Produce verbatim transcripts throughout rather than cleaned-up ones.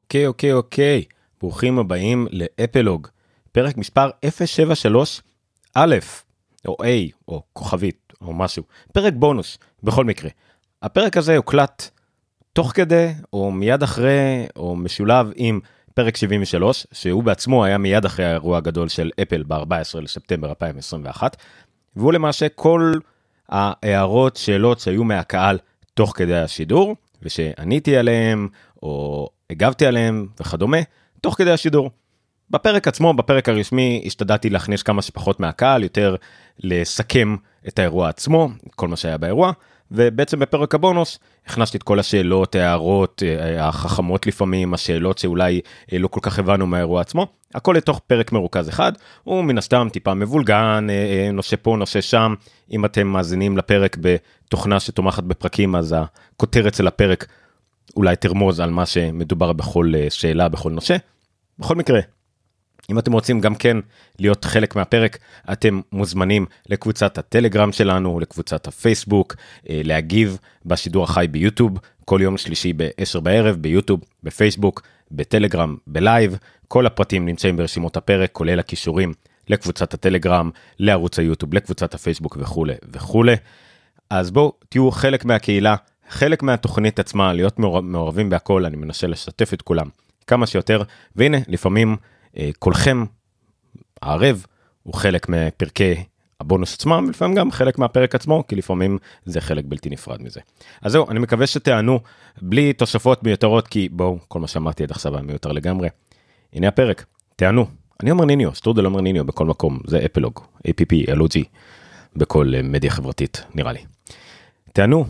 אוקיי, אוקיי, אוקיי. ברוכים הבאים לאפלוג, פרק מספר אפס שבע שלוש א', או A, או כוכבית, או משהו. פרק בונוס, בכל מקרה. הפרק הזה הוקלט תוך כדי, או מיד אחרי, או משולב עם פרק שבעים ושלוש, שהוא בעצמו היה מיד אחרי האירוע הגדול של אפל ב-ארבעה עשר לספטמבר אלפיים עשרים ואחת, והוא למעשה כל ההערות, שאלות שהיו מהקהל תוך כדי השידור, ושעניתי עליהם, או הגבתי עליהם וכדומה, תוך כדי השידור. בפרק עצמו, בפרק הרשמי, השתדלתי להכניס כמה שפחות מהקהל, יותר לסכם את האירוע עצמו, כל מה שהיה באירוע, ובעצם בפרק הבונוס, הכנסתי את כל השאלות, הערות, החכמות לפעמים, השאלות שאולי לא כל כך הבנו מהאירוע עצמו, הכל לתוך פרק מרוכז אחד, הוא מן הסתם טיפה מבולגן, נושא פה, נושא שם, אם אתם מאזינים לפרק בתוכנה שתומכת בפרקים, אז הכותרת של הפרק אולי תרמוז על מה שמדובר בכל שאלה, בכל נושא. בכל מקרה, אם אתם רוצים גם כן להיות חלק מהפרק, אתם מוזמנים לקבוצת הטלגרם שלנו, לקבוצת הפייסבוק, להגיב בשידור החי ביוטיוב, כל יום שלישי ב-עשר בערב, ביוטיוב, בפייסבוק, בטלגרם, בלייב, כל הפרטים נמצאים ברשימות הפרק, כולל הכישורים לקבוצת הטלגרם, לערוץ היוטיוב, לקבוצת הפייסבוק וכו' וכו'. אז בואו, תהיו חלק מהקהילה, חלק מהתוכנית עצמה, להיות מעורבים בהכל, אני מנסה לשתף את כולם כמה שיותר, והנה, לפעמים כולכם, הערב, הוא חלק מפרקי הבונוס עצמם, ולפעמים גם חלק מהפרק עצמו, כי לפעמים זה חלק בלתי נפרד מזה. אז זהו, אני מקווה שתענו, בלי תוספות מיותרות, כי בואו, כל מה שאמרתי עד עכשיו היה מיותר לגמרי. הנה הפרק, תענו. אני אומר ניניו, סטרודל אומר ניניו בכל מקום, זה אפלוג, A P P, L O G, בכל מדיה חברתית, נראה לי. תענו.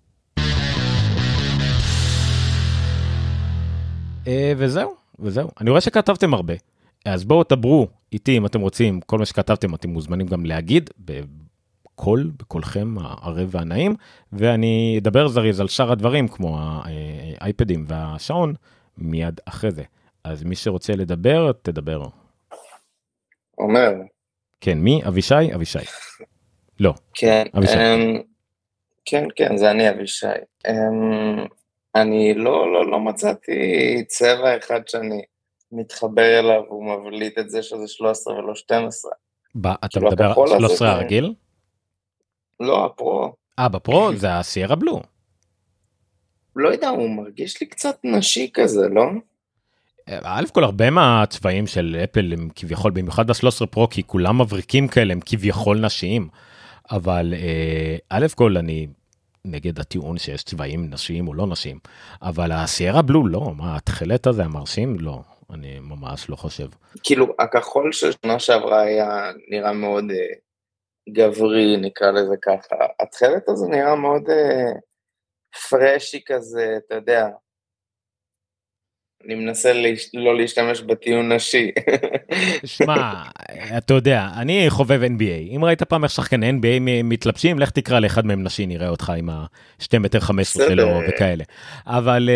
וזהו, וזהו. אני רואה שכתבתם הרבה. אז בואו תדברו איתי אם אתם רוצים, כל מה שכתבתם אתם מוזמנים גם להגיד, בקול, בקולכם הערב והנעים, ואני אדבר זריז על שאר הדברים, כמו האייפדים והשעון, מיד אחרי זה. אז מי שרוצה לדבר, תדבר. אומר. כן, מי? אבישי? אבישי. לא. כן, אבישי. um, כן, כן, זה אני אבישי. Um, אני לא, לא, לא מצאתי צבע אחד שאני מתחבר אליו, הוא מבליט את זה שזה שלוש עשרה ולא שתים עשרה. אתה מדבר על שלוש עשרה הרגיל? לא, הפרו. אה, בפרו זה הסיירה בלו. לא יודע, הוא מרגיש לי קצת נשי כזה, לא? א' כל הרבה מהצבעים של אפל הם כביכול, במיוחד ב-שלוש עשרה פרו, כי כולם מבריקים כאלה, הם כביכול נשיים. אבל א' כל אני נגד הטיעון שיש צבעים נשיים או לא נשיים. אבל הסיירה בלו לא, מה, התחילת הזה המרשים? לא, אני ממש לא חושב. כאילו, הכחול של שנה שעברה היה נראה מאוד uh, גברי, נקרא לזה ככה. התחילת הזה נראה מאוד uh, פרשי כזה, אתה יודע. אני מנסה להש... לא להשתמש בטיעון נשי. שמע, אתה יודע, אני חובב N B A. אם ראית פעם איך שחקן N B A מתלבשים, לך תקרא לאחד מהם נשי, נראה אותך עם ה-שתיים מטר חמש עשרה שלו וכאלה. אבל...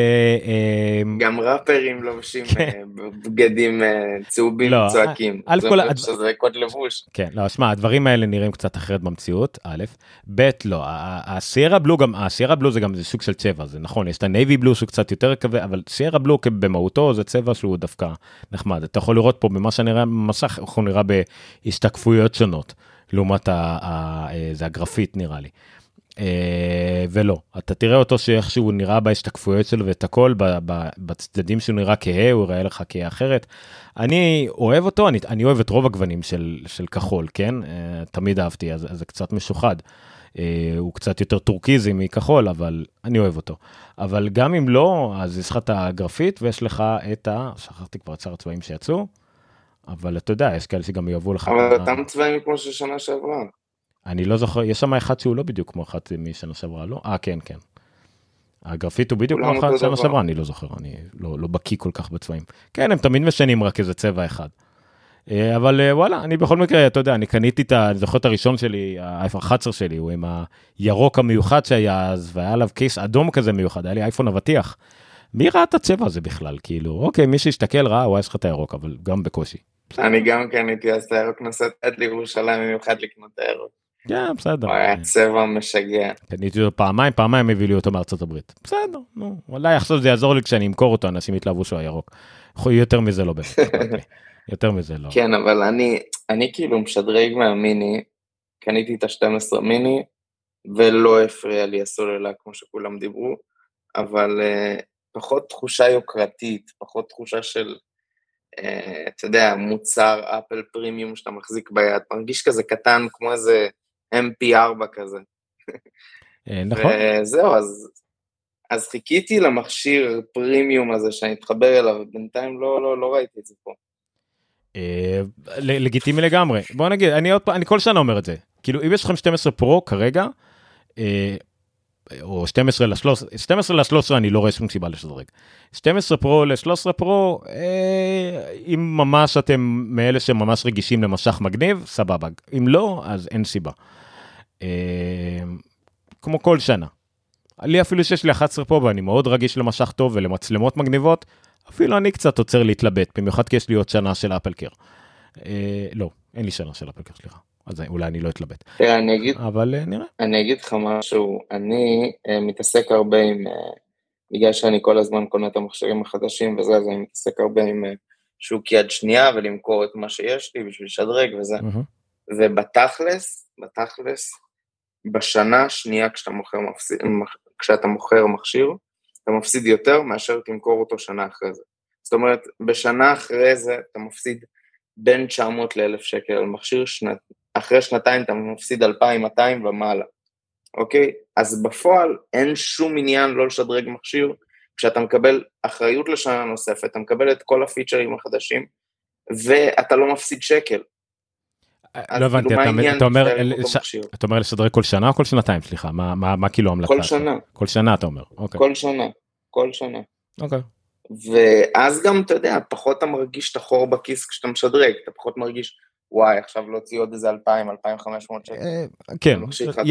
גם ראפרים לובשים בגדים צהובים צועקים. זה זה קוד לבוש. כן, לא, שמע, הדברים האלה נראים קצת אחרת במציאות, א', ב', לא, הסיירה בלו גם, הסיירה בלו זה גם סוג של צבע, זה נכון, יש את הנייבי בלו שהוא קצת יותר כבד, אבל סיירה בלו במהותו זה צבע שהוא דווקא נחמד. אתה יכול לראות פה במה שנראה במסך, הוא נראה בהשתקפויות שונות, לעומת זה הגרפית נראה לי. ולא, אתה תראה אותו שאיכשהו נראה בהשתקפויות שלו ואת הכל, בצדדים שהוא נראה כהה, הוא יראה לך כהה אחרת. אני אוהב אותו, אני, אני אוהב את רוב הגוונים של, של כחול, כן? תמיד אהבתי, אז זה קצת משוחד. הוא קצת יותר טורקיזי מכחול, אבל אני אוהב אותו. אבל גם אם לא, אז יש לך את הגרפית, ויש לך את ה... שכחתי כבר את שר הצבעים שיצאו, אבל אתה יודע, יש כאלה שגם יאהבו לך... אבל אותם צבעים כמו ששנה שעברה. אני לא זוכר, יש שם אחד שהוא לא בדיוק כמו אחד משנה שעברה, לא? אה, כן, כן. הגרפית הוא בדיוק כמו אחד שנה שעברה, אני לא זוכר, אני לא, לא בקיא כל כך בצבעים. כן, הם תמיד משנים רק איזה צבע אחד. אבל וואלה, אני בכל מקרה, אתה יודע, אני קניתי את הזוכרת הראשון שלי, האייפון אחת עשרה שלי, הוא עם הירוק המיוחד שהיה אז, והיה עליו קייס אדום כזה מיוחד, היה לי אייפון אבטיח. מי ראה את הצבע הזה בכלל? כאילו, אוקיי, מי שישתכל ראה, הוא יש לך את הירוק, אבל גם בקושי. אני גם קניתי אז את הירוק, נסעת עד לירושלים, במיוחד לקנות את הירוק. כן, בסדר. הוא היה צבע משגע. קניתי אותו פעמיים, פעמיים הביא לי אותו מארצות הברית. בסדר, נו, אולי עכשיו זה יעזור לי כשאני אמכור אותו, אנשים יתלהבו שהוא הירוק. יותר מזה לא באמת, יותר מזה לא. כן, אבל אני, אני כאילו משדרג מהמיני, קניתי את ה-שתים עשרה מיני, ולא הפריע לי הסוללה כמו שכולם דיברו, אבל uh, פחות תחושה יוקרתית, פחות תחושה של, uh, אתה יודע, מוצר אפל פרימיום שאתה מחזיק ביד, מרגיש כזה קטן כמו איזה אם פי ארבע כזה. נכון. וזהו, אז, אז חיכיתי למכשיר פרימיום הזה שאני אתחבר אליו, בינתיים לא, לא, לא ראיתי את זה פה. לגיטימי לגמרי. בוא נגיד, אני עוד פעם, אני כל שנה אומר את זה. כאילו, אם יש לכם שתים עשרה פרו כרגע, או שתים עשרה ל-שלוש עשרה, שתים עשרה ל-שלוש עשרה אני לא רואה שום סיבה לשדרג. שתים עשרה פרו ל-שלוש עשרה פרו, אם ממש אתם מאלה שממש רגישים למשך מגניב, סבבה. אם לא, אז אין סיבה. כמו כל שנה. לי אפילו שיש לי אחת עשרה פרו, ואני מאוד רגיש למשך טוב ולמצלמות מגניבות, אפילו אני קצת עוצר להתלבט, במיוחד כי יש לי עוד שנה של אפל קר. לא, אין לי שנה של אפל קר, סליחה. אז אולי אני לא אתלבט. תראה, אני אגיד, אבל נראה. אני אגיד לך משהו, אני מתעסק הרבה עם, בגלל שאני כל הזמן קונה את המכשירים החדשים וזה, אז אני מתעסק הרבה עם שוק יד שנייה, ולמכור את מה שיש לי בשביל שדרג וזה. ובתכלס, בתכלס, בשנה השנייה כשאתה מוכר, כשאתה מוכר מכשיר, אתה מפסיד יותר מאשר תמכור אותו שנה אחרי זה. זאת אומרת, בשנה אחרי זה אתה מפסיד בין תשע מאות ל-אלף שקל על מכשיר, שנת... אחרי שנתיים אתה מפסיד אלפיים ומאתיים ומעלה. אוקיי? אז בפועל אין שום עניין לא לשדרג מכשיר, כשאתה מקבל אחריות לשנה נוספת, אתה מקבל את כל הפיצ'רים החדשים, ואתה לא מפסיד שקל. לא הבנתי, אתה אומר לשדרג כל שנה או כל שנתיים, סליחה, מה כאילו המלצה? כל שנה. כל שנה אתה אומר, אוקיי. כל שנה, כל שנה. אוקיי. ואז גם, אתה יודע, פחות אתה מרגיש את החור בכיס כשאתה משדרג, אתה פחות מרגיש, וואי, עכשיו להוציא עוד איזה אלפיים, אלפיים וחמש מאות שקל. כן,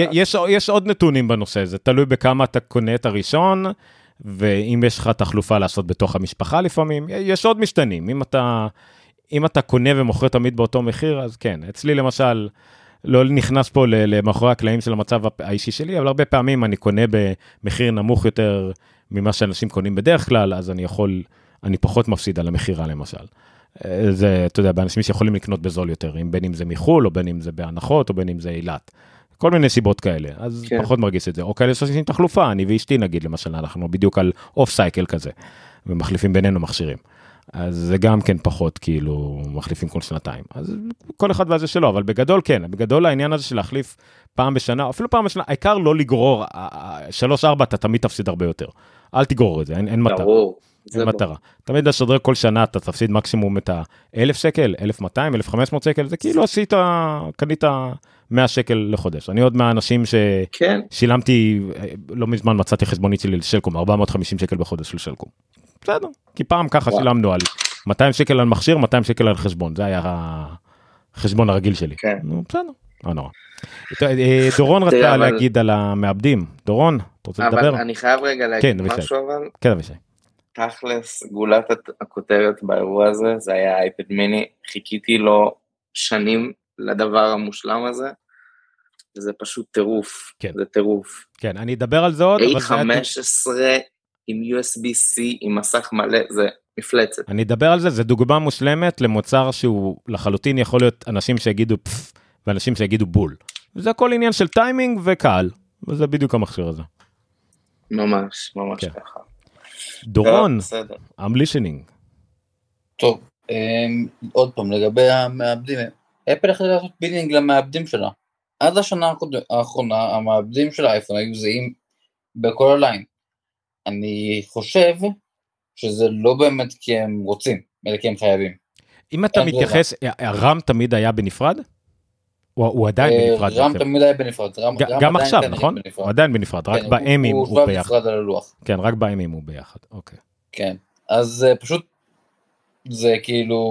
יש עוד נתונים בנושא, זה תלוי בכמה אתה קונה את הראשון, ואם יש לך תחלופה לעשות בתוך המשפחה לפעמים, יש עוד משתנים, אם אתה... אם אתה קונה ומוכר תמיד באותו מחיר, אז כן, אצלי למשל, לא נכנס פה למאחורי הקלעים של המצב האישי שלי, אבל הרבה פעמים אני קונה במחיר נמוך יותר ממה שאנשים קונים בדרך כלל, אז אני יכול, אני פחות מפסיד על המחירה למשל. זה, אתה יודע, באנשים שיכולים לקנות בזול יותר, בין אם זה מחול, או בין אם זה בהנחות, או בין אם זה אילת. כל מיני סיבות כאלה, אז כן. פחות מרגיש את זה. או כאלה שעושים תחלופה, אני ואשתי נגיד, למשל, אנחנו בדיוק על אוף סייקל כזה, ומחליפים בינינו מכשירים. אז זה גם כן פחות, כאילו, מחליפים כל שנתיים. אז כל אחד והזה שלו, אבל בגדול כן, בגדול העניין הזה של להחליף פעם בשנה, אפילו פעם בשנה, העיקר לא לגרור, שלוש ארבע אתה תמיד תפסיד הרבה יותר. אל תגרור את זה, אין, אין מטרה. אין מטרה. תמיד לשדרג כל שנה, אתה תפסיד מקסימום את ה-אלף שקל, אלף מאתיים, אלף וחמש מאות שקל, זה כאילו עשית, קנית מאה שקל לחודש. אני עוד מהאנשים ששילמתי, לא מזמן מצאתי חשבונית שלי לשלקום, ארבע מאות וחמישים שקל בחודש לשלקום. בסדר, כי פעם ככה שילמנו על מאתיים שקל על מכשיר, מאתיים שקל על חשבון, זה היה החשבון הרגיל שלי. נו, בסדר, לא נורא. דורון רצה להגיד על המעבדים, דורון, אתה רוצה לדבר? אבל אני חייב רגע להגיד משהו אבל. כן, אבישי. תכלס, גולת הכותרת באירוע הזה, זה היה אייפד מיני, חיכיתי לו שנים לדבר המושלם הזה, וזה פשוט טירוף, זה טירוף. כן, אני אדבר על זה עוד. איי חמש עשרה עם יו אס בי סי, עם מסך מלא, זה מפלצת. אני אדבר על זה, זה דוגמה מושלמת למוצר שהוא לחלוטין יכול להיות אנשים שיגידו פף, ואנשים שיגידו בול. זה הכל עניין של טיימינג וקהל, וזה בדיוק המכשיר הזה. ממש, ממש כן. ככה. דורון, I'm listening. טוב, עוד פעם, לגבי המעבדים, אפל החליטה לעשות בילינג למעבדים שלה. עד השנה האחרונה, המעבדים של האייפון היו זהים בכל הליין. אני חושב שזה לא באמת כי הם רוצים, אלא כי הם חייבים. אם אתה מתייחס, הרם תמיד היה בנפרד? הוא עדיין בנפרד. רם תמיד היה בנפרד. גם עכשיו, נכון? הוא עדיין בנפרד, רק באמים הוא ביחד. הוא בנפרד על הלוח. כן, רק באמים הוא ביחד, אוקיי. כן, אז פשוט, זה כאילו,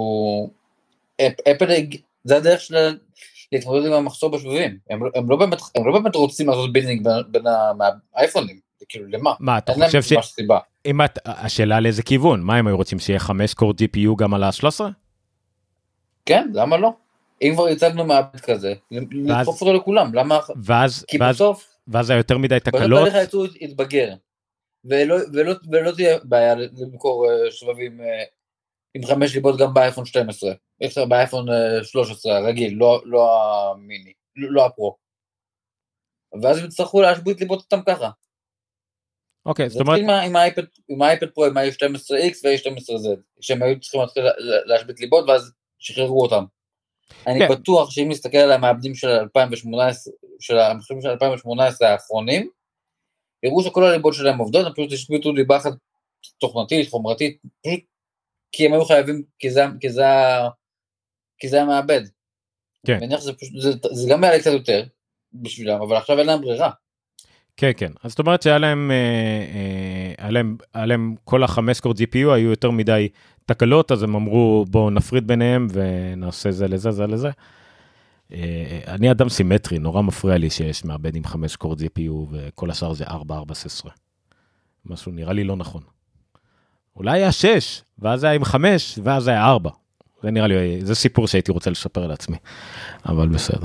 אפל, זה הדרך של להתמודד עם המחסור בשבבים. הם לא באמת רוצים לעשות בילינג בין האייפונים. כאילו למה? מה, אתה חושב ש... אם את... השאלה לאיזה כיוון, מה הם היו רוצים, שיהיה חמש קור ג'י פי יו גם על ה-שלוש עשרה? כן, למה לא? אם כבר יצבנו מעבד כזה, לדחוף אותו לכולם, למה? ואז, כי ואז, בסוף, ואז זה יותר מדי תקלות. בתהליך הייצור יתבגר, ולא, ולא, ולא תהיה בעיה למכור שבבים עם חמש ליבות גם באייפון שתים עשרה, באייפון שלוש עשרה רגיל, לא, לא המיני, לא הפרו. ואז הם יצטרכו להשבית ליבות אותם ככה. אוקיי, זאת אומרת... עם האייפד, עם האייפד פרו, עם ה-איי שתים עשרה אקס וה-איי שתים עשרה זד, שהם היו צריכים להתחיל להשבית ליבות, ואז שחררו אותם. אני בטוח שאם נסתכל על המעבדים של אלפיים ושמונה עשרה, של המחשבים של אלפיים ושמונה עשרה האחרונים, יראו שכל הליבות שלהם עובדות, הם פשוט השביתו ליבה אחת תוכנתית, חומרתית, פשוט כי הם היו חייבים, כי זה, כי זה, כי זה המעבד. כן. מניח שזה פשוט, זה, זה גם היה קצת יותר בשבילם, אבל עכשיו אין להם ברירה. כן, כן. אז זאת אומרת שהיה להם, היה להם, היה להם כל החמש קור ג'י פי יו היו יותר מדי תקלות, אז הם אמרו בואו נפריד ביניהם ונעשה זה לזה, זה לזה. אני אדם סימטרי, נורא מפריע לי שיש מעבד עם חמש קור ג'י פי יו וכל השאר זה ארבע, ארבע, שש עשרה. משהו נראה לי לא נכון. אולי היה שש, ואז היה עם חמש, ואז היה ארבע. זה נראה לי, זה סיפור שהייתי רוצה לשפר לעצמי, אבל בסדר.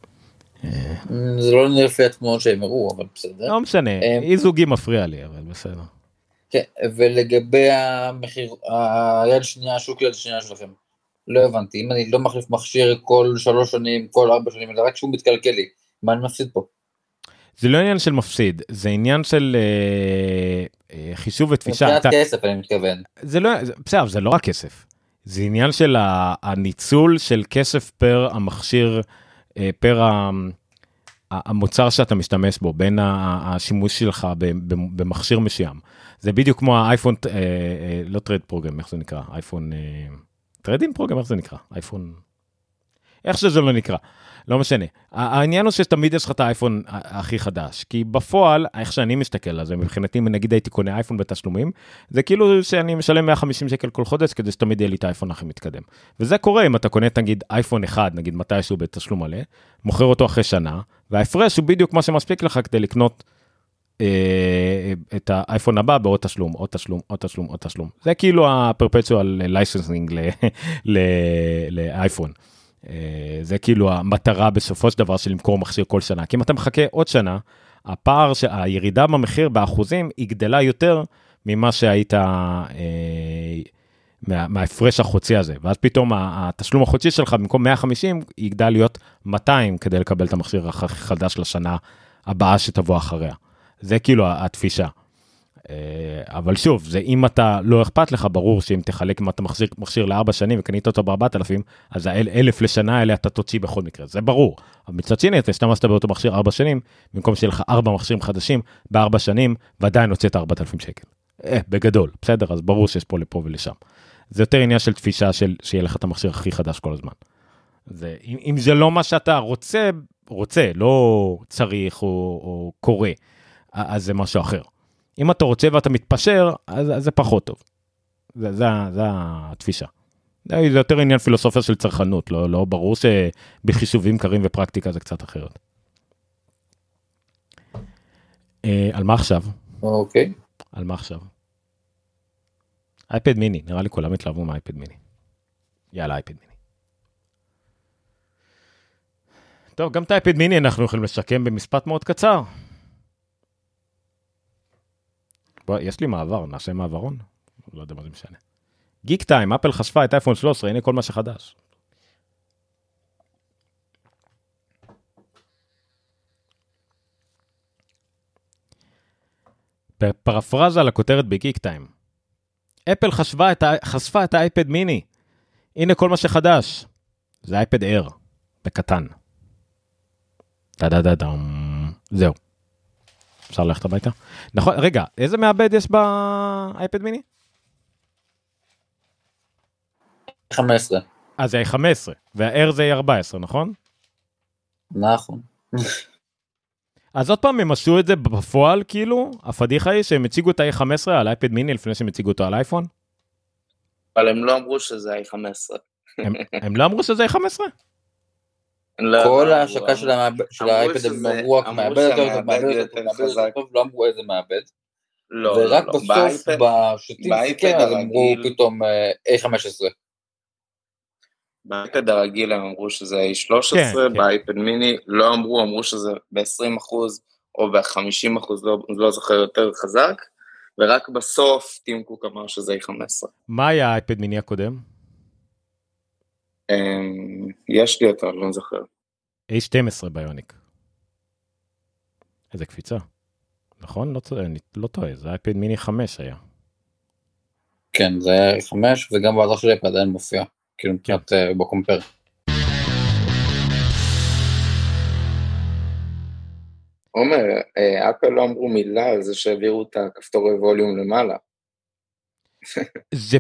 זה לא נראה לפי התמונות שהם הראו, אבל בסדר. לא משנה, אי זוגי מפריע לי, אבל בסדר. כן, ולגבי המחיר, היד שנייה, השוק יד שנייה שלכם, לא הבנתי, אם אני לא מחליף מכשיר כל שלוש שנים, כל ארבע שנים, אלא רק שהוא מתקלקל לי, מה אני מפסיד פה? זה לא עניין של מפסיד, זה עניין של חישוב ותפישה. מבחינת כסף אני מתכוון. זה לא, בסדר, זה לא רק כסף, זה עניין של הניצול של כסף פר המכשיר, פר המוצר שאתה משתמש בו, בין השימוש שלך במכשיר מסוים. זה בדיוק כמו האייפון, לא טרד פרוגרם, איך זה נקרא? אייפון, טרדין פרוגרם, איך זה נקרא? אייפון, איך שזה לא נקרא, לא משנה. העניין הוא שתמיד יש לך את האייפון הכי חדש, כי בפועל, איך שאני מסתכל על זה, מבחינתי, נגיד הייתי קונה אייפון בתשלומים, זה כאילו שאני משלם מאה וחמישים שקל כל חודש, כדי שתמיד יהיה לי את האייפון הכי מתקדם. וזה קורה אם אתה קונה, נגיד, אייפון אחד, נגיד מתישהו בתשלום מלא, מוכר אותו אחרי שנה, וההפרש הוא בדיוק מה שמספיק לך כדי לקנות אה, את האייפון הבא בעוד תשלום, עוד תשלום, עוד תשלום, עוד תשלום. זה כאילו ה-perpetual licensing לאייפון. זה כאילו המטרה בסופו של דבר של למכור מכשיר כל שנה, כי אם אתה מחכה עוד שנה, הפער, הירידה במחיר באחוזים היא גדלה יותר ממה שהיית, מה, מההפרש החודשי הזה, ואז פתאום התשלום החודשי שלך במקום מאה וחמישים יגדל להיות מאתיים כדי לקבל את המכשיר החדש לשנה הבאה שתבוא אחריה. זה כאילו התפישה. אבל שוב, זה אם אתה לא אכפת לך, ברור שאם תחלק אם אתה מכשיר, מכשיר לארבע שנים וקנית אותו בארבעת אלפים, אז האלף לשנה האלה אתה תוציא בכל מקרה, זה ברור. אבל מצד שני, אתה השתמשת באותו מכשיר ארבע שנים, במקום שיהיה לך ארבע מכשירים חדשים, בארבע שנים, ועדיין הוצאת ארבעת אלפים שקל. אה, בגדול, בסדר, אז ברור שיש פה לפה ולשם. זה יותר עניין של תפישה של, שיהיה לך את המכשיר הכי חדש כל הזמן. זה, אם, אם זה לא מה שאתה רוצה, רוצה, לא צריך או, או קורא, אז זה משהו אחר. אם אתה רוצה ואתה מתפשר, אז, אז זה פחות טוב. זה, זה, זה התפישה. זה יותר עניין פילוסופיה של צרכנות, לא, לא ברור שבחישובים קרים ופרקטיקה זה קצת אחרת. אה, על מה עכשיו? אוקיי. על מה עכשיו? אייפד מיני, נראה לי כולם התלהבו מהאייפד מיני. יאללה, אייפד מיני. טוב, גם את האייפד מיני אנחנו יכולים לשקם במשפט מאוד קצר. בוא, יש לי מעבר, נעשה מעברון? לא יודע מה זה משנה. גיק טיים, אפל חשפה את אייפון שלוש עשרה, הנה כל מה שחדש. פרפרזה לכותרת בגיק טיים. אפל חשפה את, חשפה את האייפד מיני. הנה כל מה שחדש. זה אייפד אייר, בקטן. דדדדם. זהו. אפשר ללכת הביתה? נכון, רגע, איזה מעבד יש באייפד מיני? חמש עשרה. אז זה חמש עשרה, והאייר זה ארבע עשרה, נכון? נכון. אז עוד פעם הם עשו את זה בפועל, כאילו, הפדיחה היא שהם הציגו את ה-איי חמש עשרה על אייפד מיני לפני שהם הציגו אותו על אייפון? אבל הם לא אמרו שזה ה-איי חמש עשרה. הם, הם לא אמרו שזה ה-איי חמש עשרה? כל ההשקה של האייפד הם אמרו רק מעבד יותר, מעבד יותר, לא אמרו איזה מעבד. ורק בסוף, בשתים סיכם, אז אמרו פתאום איי חמש עשרה. באייפד הרגיל הם אמרו שזה איי שלוש עשרה, כן, כן. באייפד מיני לא אמרו, אמרו שזה ב-עשרים אחוז או ב-חמישים אחוז, לא, לא זוכר יותר חזק, ורק בסוף טים קוק אמר שזה איי חמש עשרה. מה היה האייפד מיני הקודם? יש לי אותו, לא זוכר. איי שתים עשרה ביוניק. איזה קפיצה. נכון? לא, אני לא טועה, זה אייפד מיני חמש היה. כן, זה היה חמש, וגם באתר של אייפד עדיין מופיע, כאילו מבחינת בקומפר. עומר, אפל לא אמרו מילה על זה שהעבירו את הכפתורי ווליום למעלה. זה...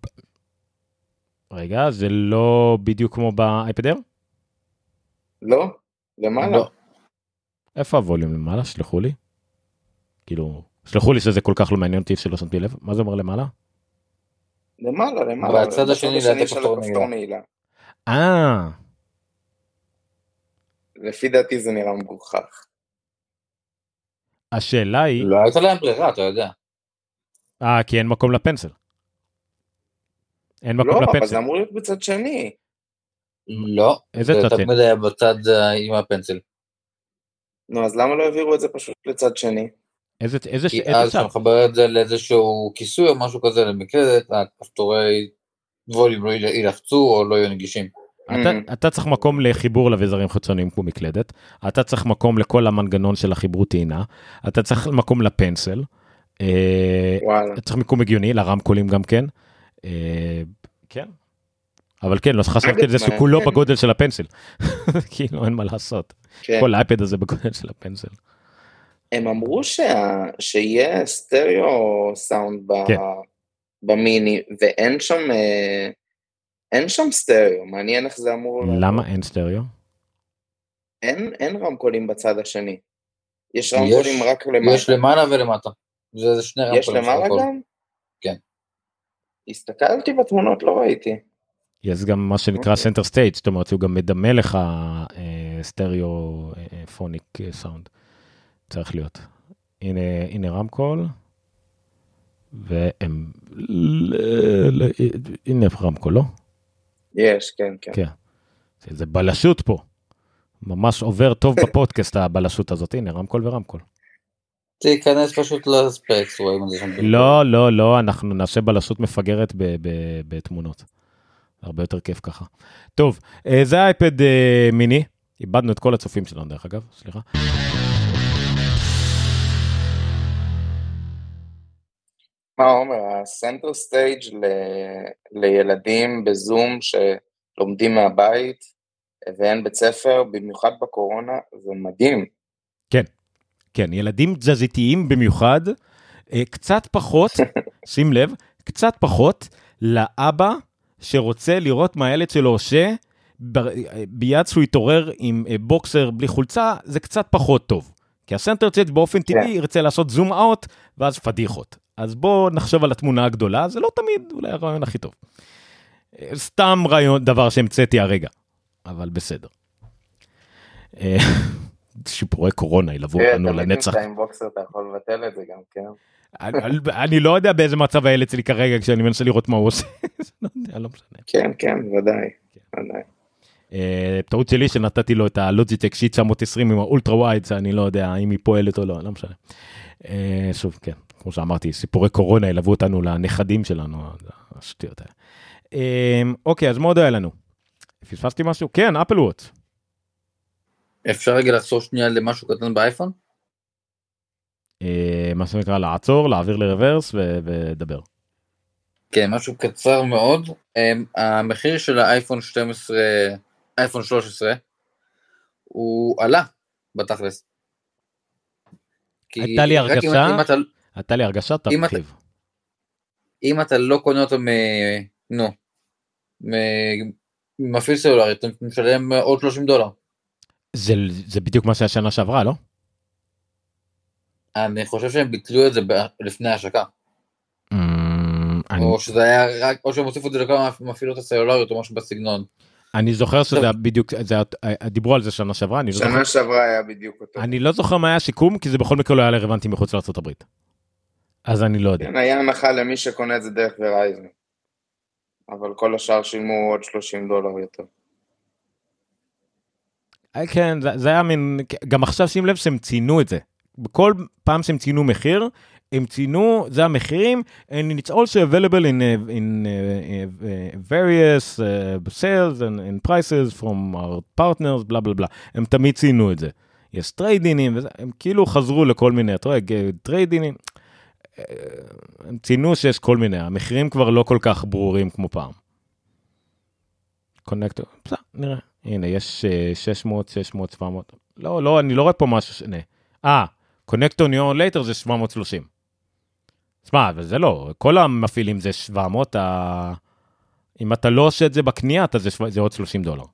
רגע, זה לא בדיוק כמו באייפד אייר? לא, למעלה. לא. איפה הווליום למעלה? שלחו לי. כאילו, שלחו לי שזה כל כך לא מעניין אותי שלא שמתי לב. מה זה אומר למעלה? למעלה, למעלה. בצד השני זה את הכפתור נעילה. אה. לפי דעתי זה נראה מגוחך. השאלה היא... לא הייתה להם ברירה, אתה יודע. אה, כי אין מקום לפנסל. אין מקום לפנסל. לא, אבל זה אמור להיות בצד שני. לא, איזה זה צד שני? תמיד היה בצד עם הפנסל. נו, אז למה לא העבירו את זה פשוט לצד שני? איזה, איזה, כי איזה אז צד? אתה מחבר את זה לאיזשהו כיסוי או משהו כזה למקלדת, הכפתורי ווליום לא ילחצו או לא יהיו נגישים. אתה, אתה צריך מקום לחיבור לאביזרים חיצוניים כמו מקלדת, אתה צריך מקום לכל המנגנון של החיבור טעינה, אתה צריך מקום לפנסל, וואלה. אתה צריך מיקום הגיוני, לרמקולים גם כן, כן, אבל כן, לא חשבתי על זה שכולו בגודל של הפנסל, כאילו אין מה לעשות, כל האייפד הזה בגודל של הפנסל. הם אמרו שיהיה סטריאו סאונד במיני, ואין שם... אין שם סטריאו, מעניין איך זה אמור... למה אין סטריאו? אין, אין רמקולים בצד השני. יש רמקולים יש, רק למטה. יש למעלה ולמטה. זה, זה שני רמקולים. יש למעלה גם? כן. הסתכלתי בתמונות, לא ראיתי. יש גם מה שנקרא סנטר סטייג', זאת אומרת, הוא גם מדמה לך סטריאו פוניק סאונד. צריך להיות. הנה, הנה רמקול. והם... הנה רמקול, לא? יש, כן, כן. כן. זה בלשות פה. ממש עובר טוב בפודקאסט הבלשות הזאת. הנה, רמקול ורמקול. תיכנס פשוט לספקס, רואים את זה שם. לא, לא, לא, אנחנו נעשה בלשות מפגרת בתמונות. הרבה יותר כיף ככה. טוב, זה האייפד מיני. איבדנו את כל הצופים שלנו, דרך אגב. סליחה. מה אומר, הסנטר סטייג' לילדים בזום שלומדים מהבית ואין בית ספר, במיוחד בקורונה, זה מדהים. כן, כן, ילדים תזזיתיים במיוחד, קצת פחות, שים לב, קצת פחות לאבא שרוצה לראות מה הילד שלו עושה, ביד שהוא יתעורר עם בוקסר בלי חולצה, זה קצת פחות טוב. כי הסנטר סטייג' באופן טבעי ירצה לעשות זום אאוט, ואז פדיחות. אז בואו נחשוב על התמונה הגדולה, זה לא תמיד אולי הרעיון הכי טוב. סתם רעיון, דבר שהמצאתי הרגע, אבל בסדר. שיפורי קורונה ילוו אותנו לנצח. תמיד עם בוקסר אתה יכול לבטל את זה גם, כן? אני לא יודע באיזה מצב הילד שלי כרגע, כשאני מנסה לראות מה הוא עושה. לא משנה. כן, כן, ודאי. ודאי. טעות שלי שנתתי לו את הלוג'יטק שי תשע מאות עשרים עם האולטרה ווייד, אני לא יודע אם היא פועלת או לא, לא משנה. שוב, כן, כמו שאמרתי, סיפורי קורונה ילוו אותנו לנכדים שלנו, השטויות האלה. אוקיי, אז מה עוד היה לנו? פספסתי משהו? כן, אפל וואץ'. אפשר רגע לחזור שנייה למשהו קטן באייפון? מה שנקרא לעצור, להעביר לרוורס ודבר. כן, משהו קצר מאוד. המחיר של האייפון שתים עשרה, אייפון שלוש עשרה, הוא עלה בתכלס. הייתה לי הרגשה, הייתה לי הרגשה, תרחיב. אם אתה לא קונה אותו מ... נו, מפעיל סלולרי, אתה משלם עוד שלושים דולר. זה, זה בדיוק מה שהשנה שעברה, לא? אני חושב שהם ביטלו את זה לפני ההשקה. או שזה היה רק, או שהם הוסיפו את זה לכמה מפעילות הסלולריות או משהו בסגנון. אני זוכר שזה בדיוק, דיברו על זה שנה שעברה. שנה שעברה היה בדיוק אותו. אני לא זוכר מה היה שיקום, כי זה בכל מקרה לא היה רלוונטי מחוץ לארצות הברית. אז אני לא יודע. כן, היה הנחה למי שקונה את זה דרך ורייזן. אבל כל השאר שילמו עוד שלושים דולר יותר. כן, זה, זה היה מין, גם עכשיו שים לב שהם ציינו את זה. בכל פעם שהם ציינו מחיר, הם ציינו, זה המחירים, and it's also available in, in uh, uh, various uh, sales and, and prices from our partners, בלה בלה בלה. הם תמיד ציינו את זה. יש טריידינים, הם כאילו חזרו לכל מיני, אתה רואה, טריידינים, הם ציינו שיש כל מיני, המחירים כבר לא כל כך ברורים כמו פעם. קונקטור, בסדר, נראה. הנה, יש שש מאות, שש מאות, שבע מאות. לא, לא, אני לא רואה פה משהו שונה. אה, קונקטור ניאון לייטר זה שבע מאות ושלושים. תשמע, אבל זה לא, כל המפעילים זה שבע מאות, ה... אם אתה לא עושה את זה בקנייה, זה, זה עוד שלושים דולר.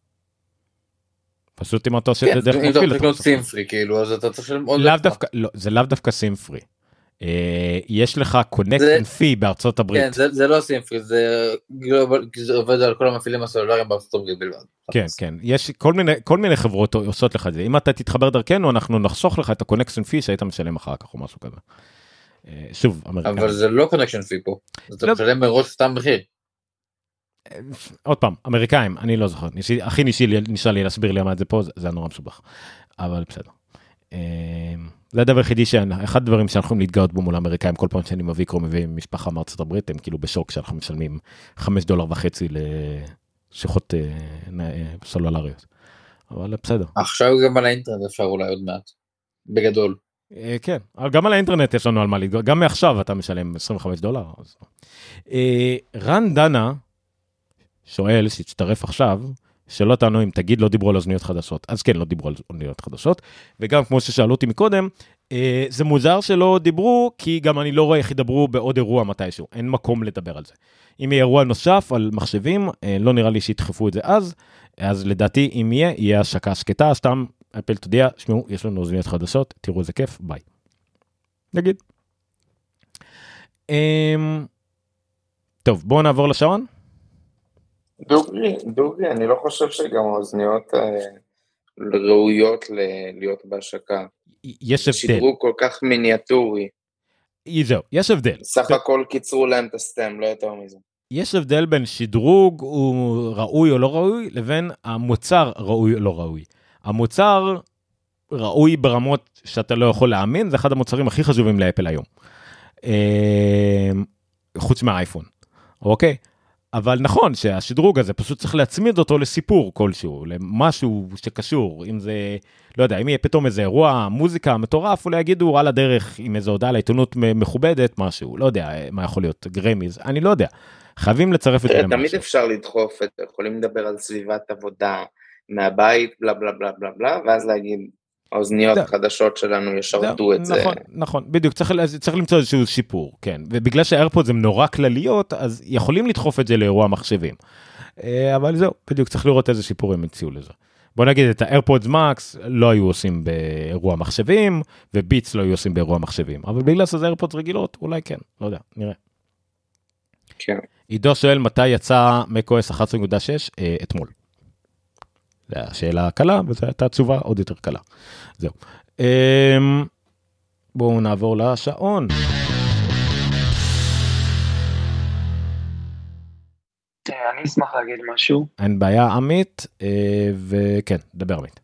פשוט אם אתה עושה את זה דרך מפעיל. אם אתה תקנות סימפרי, כאילו, אז אתה צריך לשלם עוד דווקא. לא, זה לאו דווקא סימפרי. יש לך קונקטן פי בארצות הברית. כן, זה לא סימפרי, זה עובד על כל המפעילים הסלולריים בארצות הברית בלבד. כן, כן, יש כל מיני חברות עושות לך את זה. אם אתה תתחבר דרכנו, אנחנו נחסוך לך את הקונקשן פי שהיית משלם אחר כך או משהו כזה. שוב, אמריקאים. אבל זה לא קונקשן פי פה, אתה משלם מראש סתם מחיר. עוד פעם, אמריקאים, אני לא זוכר, הכי נשאר לי להסביר לי מה זה פה, זה היה נורא מסובך, אבל בסדר. זה הדבר היחידי, אחד הדברים שאנחנו יכולים להתגאות בו מול האמריקאים, כל פעם שאני מביא קרוא מביא משפחה מארצות הברית, הם כאילו בשוק שאנחנו משלמים חמש דולר וחצי לשיחות סלולריות, אבל בסדר. עכשיו גם על האינטרנט אפשר אולי עוד מעט, בגדול. כן, גם על האינטרנט יש לנו על מה להתגאות, גם מעכשיו אתה משלם עשרים וחמישה דולר. רן דנה שואל, שהצטרף עכשיו, שלא תענו אם תגיד לא דיברו על אוזניות חדשות. אז כן, לא דיברו על אוזניות חדשות. וגם כמו ששאלו אותי מקודם, אה, זה מוזר שלא דיברו, כי גם אני לא רואה איך ידברו בעוד אירוע מתישהו. אין מקום לדבר על זה. אם יהיה אירוע נוסף על מחשבים, אה, לא נראה לי שידחפו את זה אז, אז לדעתי אם יהיה, יהיה השקה שקטה, סתם אפל תודיע, שמעו, יש לנו אוזניות חדשות, תראו איזה כיף, ביי. נגיד. אה, טוב, בואו נעבור לשעון. דוגרי, דוגרי, אני לא חושב שגם האוזניות ראויות להיות בהשקה. יש הבדל. שידרו כל כך מיניאטורי. זהו, יש הבדל. סך הכל קיצרו להם את הסטם, לא יותר מזה. יש הבדל בין שדרוג הוא ראוי או לא ראוי, לבין המוצר ראוי או לא ראוי. המוצר ראוי ברמות שאתה לא יכול להאמין, זה אחד המוצרים הכי חשובים לאפל היום. חוץ מהאייפון. אוקיי? אבל נכון שהשדרוג הזה פשוט צריך להצמיד אותו לסיפור כלשהו, למשהו שקשור, אם זה, לא יודע, אם יהיה פתאום איזה אירוע מוזיקה מטורף, אולי יגידו על הדרך עם איזו הודעה לעיתונות מכובדת, משהו, לא יודע מה יכול להיות, גרמיז, אני לא יודע, חייבים לצרף את זה למשהו. תמיד אפשר לדחוף את זה, יכולים לדבר על סביבת עבודה מהבית, בלה בלה בלה בלה בלה, ואז להגיד, האוזניות החדשות שלנו ישרתו את זה. נכון, נכון, בדיוק, צריך, צריך למצוא איזשהו שיפור, כן, ובגלל שהאיירפודס הם נורא כלליות, אז יכולים לדחוף את זה לאירוע מחשבים, אבל זהו, בדיוק, צריך לראות איזה שיפור הם הציעו לזה. בוא נגיד, את האיירפודס מקס לא היו עושים באירוע מחשבים, וביטס לא היו עושים באירוע מחשבים, אבל בגלל שזה איירפודס רגילות, אולי כן, לא יודע, נראה. כן. עידו שואל, מתי יצא מקו-אס אחת עשרה נקודה שש? אתמול. זו השאלה הקלה, וזו הייתה תשובה עוד יותר קלה. זהו. בואו נעבור לשעון. אני אשמח להגיד משהו. אין בעיה, עמית, וכן, דבר עמית.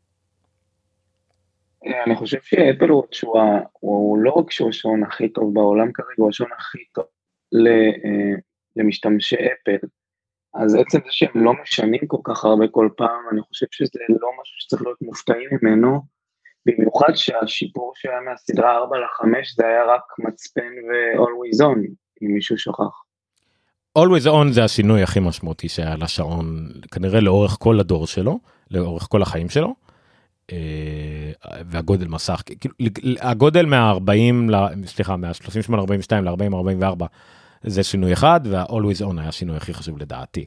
אני חושב שאפל וואץ' הוא לא רק שהוא השעון הכי טוב בעולם כרגע, הוא השעון הכי טוב למשתמשי אפל. אז עצם זה שהם לא משנים כל כך הרבה כל פעם, אני חושב שזה לא משהו שצריך להיות מופתעים ממנו, במיוחד שהשיפור שהיה מהסדרה ארבע לחמש, זה היה רק מצפן ו-always on, אם מישהו שוכח. always on זה השינוי הכי משמעותי שהיה לשעון, כנראה לאורך כל הדור שלו, לאורך כל החיים שלו, והגודל מסך, הגודל מה-ארבעים, סליחה, מה-שלושים ושמונה ארבעים ושתיים ל-ארבעים ארבעים וארבע, זה שינוי אחד, וה-always on היה השינוי הכי חשוב לדעתי.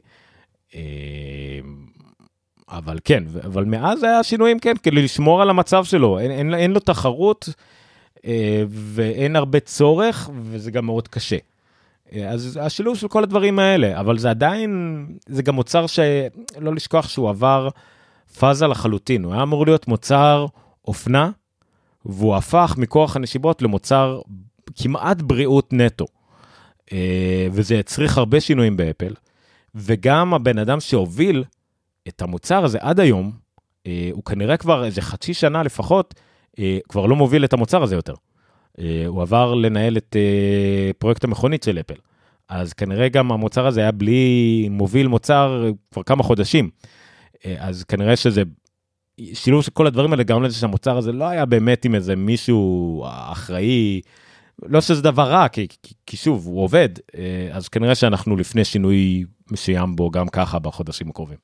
אבל כן, אבל מאז היה שינויים, כן, כדי לשמור על המצב שלו, אין, אין, אין לו תחרות, ואין הרבה צורך, וזה גם מאוד קשה. אז השילוב של כל הדברים האלה, אבל זה עדיין, זה גם מוצר שלא לשכוח שהוא עבר פאזה לחלוטין, הוא היה אמור להיות מוצר אופנה, והוא הפך מכוח הנשיבות למוצר כמעט בריאות נטו. וזה צריך הרבה שינויים באפל, וגם הבן אדם שהוביל את המוצר הזה עד היום, הוא כנראה כבר איזה חצי שנה לפחות, כבר לא מוביל את המוצר הזה יותר. הוא עבר לנהל את פרויקט המכונית של אפל. אז כנראה גם המוצר הזה היה בלי מוביל מוצר כבר כמה חודשים. אז כנראה שזה שילוב של כל הדברים האלה, גם לזה שהמוצר הזה לא היה באמת עם איזה מישהו אחראי, לא שזה דבר רע, כי, כי, כי שוב, הוא עובד, אז כנראה שאנחנו לפני שינוי מסוים בו גם ככה בחודשים הקרובים.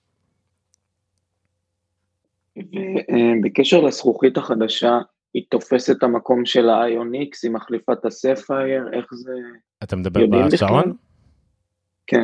ובקשר לזכוכית החדשה, היא תופסת את המקום של ה-איוניקס, היא מחליפה את הספייר, איך זה... אתה מדבר בשעון? כן.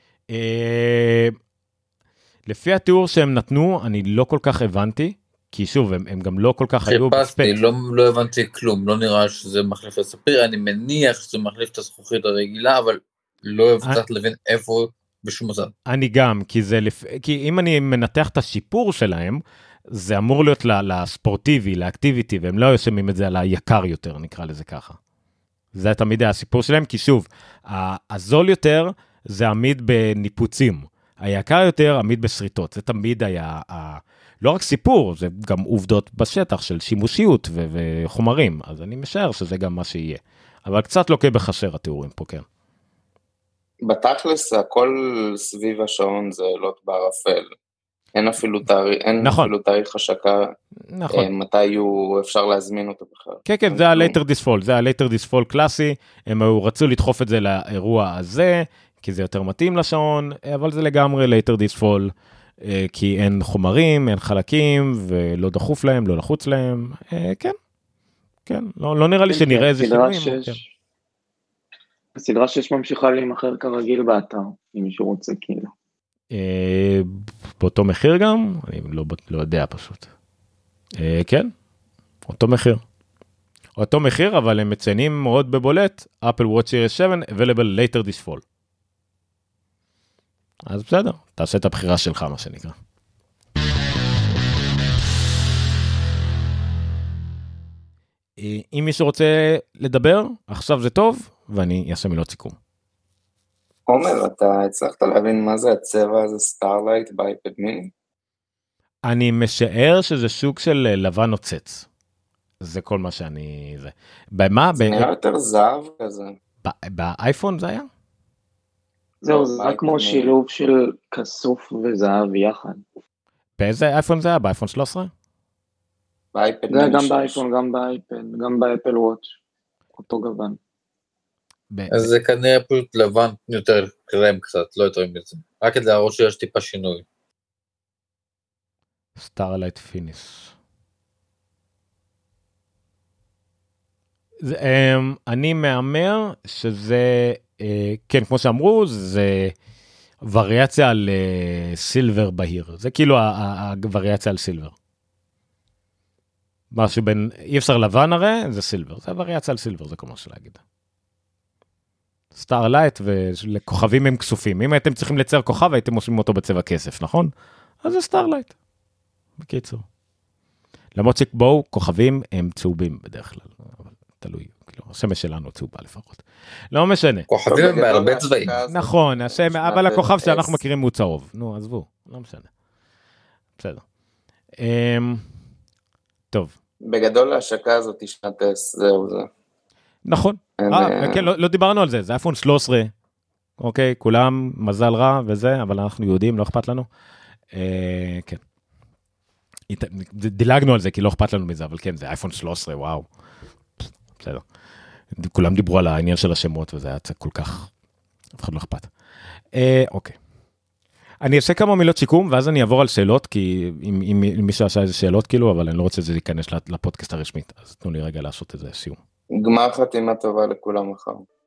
לפי התיאור שהם נתנו, אני לא כל כך הבנתי, כי שוב, הם, הם גם לא כל כך היו בספק. חיפשתי, לא, לא הבנתי כלום, לא נראה שזה מחליף את הספיר, אני מניח שזה מחליף את הזכוכית הרגילה, אבל לא הבטחת להבין איפה בשום מצב. אני גם, כי, זה לפ... כי אם אני מנתח את השיפור שלהם, זה אמור להיות לספורטיבי, לאקטיביטי, והם לא יושמים את זה על היקר יותר, נקרא לזה ככה. זה תמיד היה הסיפור שלהם, כי שוב, הזול יותר זה עמיד בניפוצים, היקר יותר עמיד בשריטות, זה תמיד היה, לא רק סיפור, זה גם עובדות בשטח של שימושיות ו- וחומרים, אז אני משער שזה גם מה שיהיה. אבל קצת לוקה בחשר התיאורים פה, כן. בתכלס, הכל סביב השעון זה לוט בערפל. אין אפילו תאריך, אין נכון. אפילו תאריך השקה, נכון. מתי יהיו, אפשר להזמין אותו בכלל. כן, כן, זה ה-later this fall, זה ה-later this fall קלאסי, הם רצו לדחוף את זה לאירוע הזה, כי זה יותר מתאים לשעון, אבל זה לגמרי later this fall, כי אין חומרים, אין חלקים, ולא דחוף להם, לא לחוץ להם, כן, כן, לא, לא נראה לי שנראה איזה שינויים. הסדרה שש ממשיכה להימחר כרגיל באתר, אם מישהו רוצה כאילו. באותו מחיר גם? אני לא, לא יודע פשוט. כן, אותו מחיר. אותו מחיר, אבל הם מציינים מאוד בבולט, Apple Watch Series שבע, available later this fall. אז בסדר, תעשה את הבחירה שלך, מה שנקרא. אם מישהו רוצה לדבר, עכשיו זה טוב, ואני אעשה מילות סיכום. עומר, אתה הצלחת להבין מה זה הצבע הזה סטארלייט באייפד מיני? אני משער שזה שוק של לבן נוצץ. זה כל מה שאני... זה, במה? זה נראה יותר זהב כזה. באייפון זה היה? זהו, זה היה כמו שילוב של כסוף וזהב יחד. באיזה אייפון זה היה? באייפון שלוש עשרה? באייפד מיני. זה גם באייפון, גם באייפד, גם באפל וואץ'. אותו גוון. אז זה כנראה פשוט לבן יותר קרם קצת, לא יותר מזה. רק כדי להראות שיש טיפה שינוי. סטארלייט פיניש. אני מאמר שזה, כן, כמו שאמרו, זה וריאציה על סילבר בהיר. זה כאילו הווריאציה על סילבר. משהו בין, אי אפשר לבן הרי, זה סילבר. זה וריאציה על סילבר, זה כל מה שלהגיד. סטארלייט ולכוכבים הם כסופים. אם הייתם צריכים לצייר כוכב, הייתם עושים אותו בצבע כסף, נכון? אז זה סטארלייט. בקיצור. למרות שבואו, כוכבים הם צהובים בדרך כלל. אבל תלוי, כאילו, השמש שלנו צהובה לפחות. לא משנה. כוכבים הם בהרבה צבעים. נכון, אבל הכוכב שאנחנו מכירים הוא צהוב. נו, עזבו, לא משנה. בסדר. טוב. בגדול ההשקה הזאת שנת S, זהו זה. נכון. אה, כן, לא דיברנו על זה, זה אייפון שלוש עשרה, אוקיי, כולם מזל רע וזה, אבל אנחנו יהודים, לא אכפת לנו. כן. דילגנו על זה, כי לא אכפת לנו מזה, אבל כן, זה אייפון שלוש עשרה, וואו. בסדר. כולם דיברו על העניין של השמות, וזה היה כל כך, אף אחד לא אכפת. אוקיי. אני אעשה כמה מילות שיקום, ואז אני אעבור על שאלות, כי אם מישהו עשה איזה שאלות, כאילו, אבל אני לא רוצה שזה ייכנס לפודקאסט הרשמית, אז תנו לי רגע לעשות איזה סיום. גמר חתימה טובה לכולם מחר.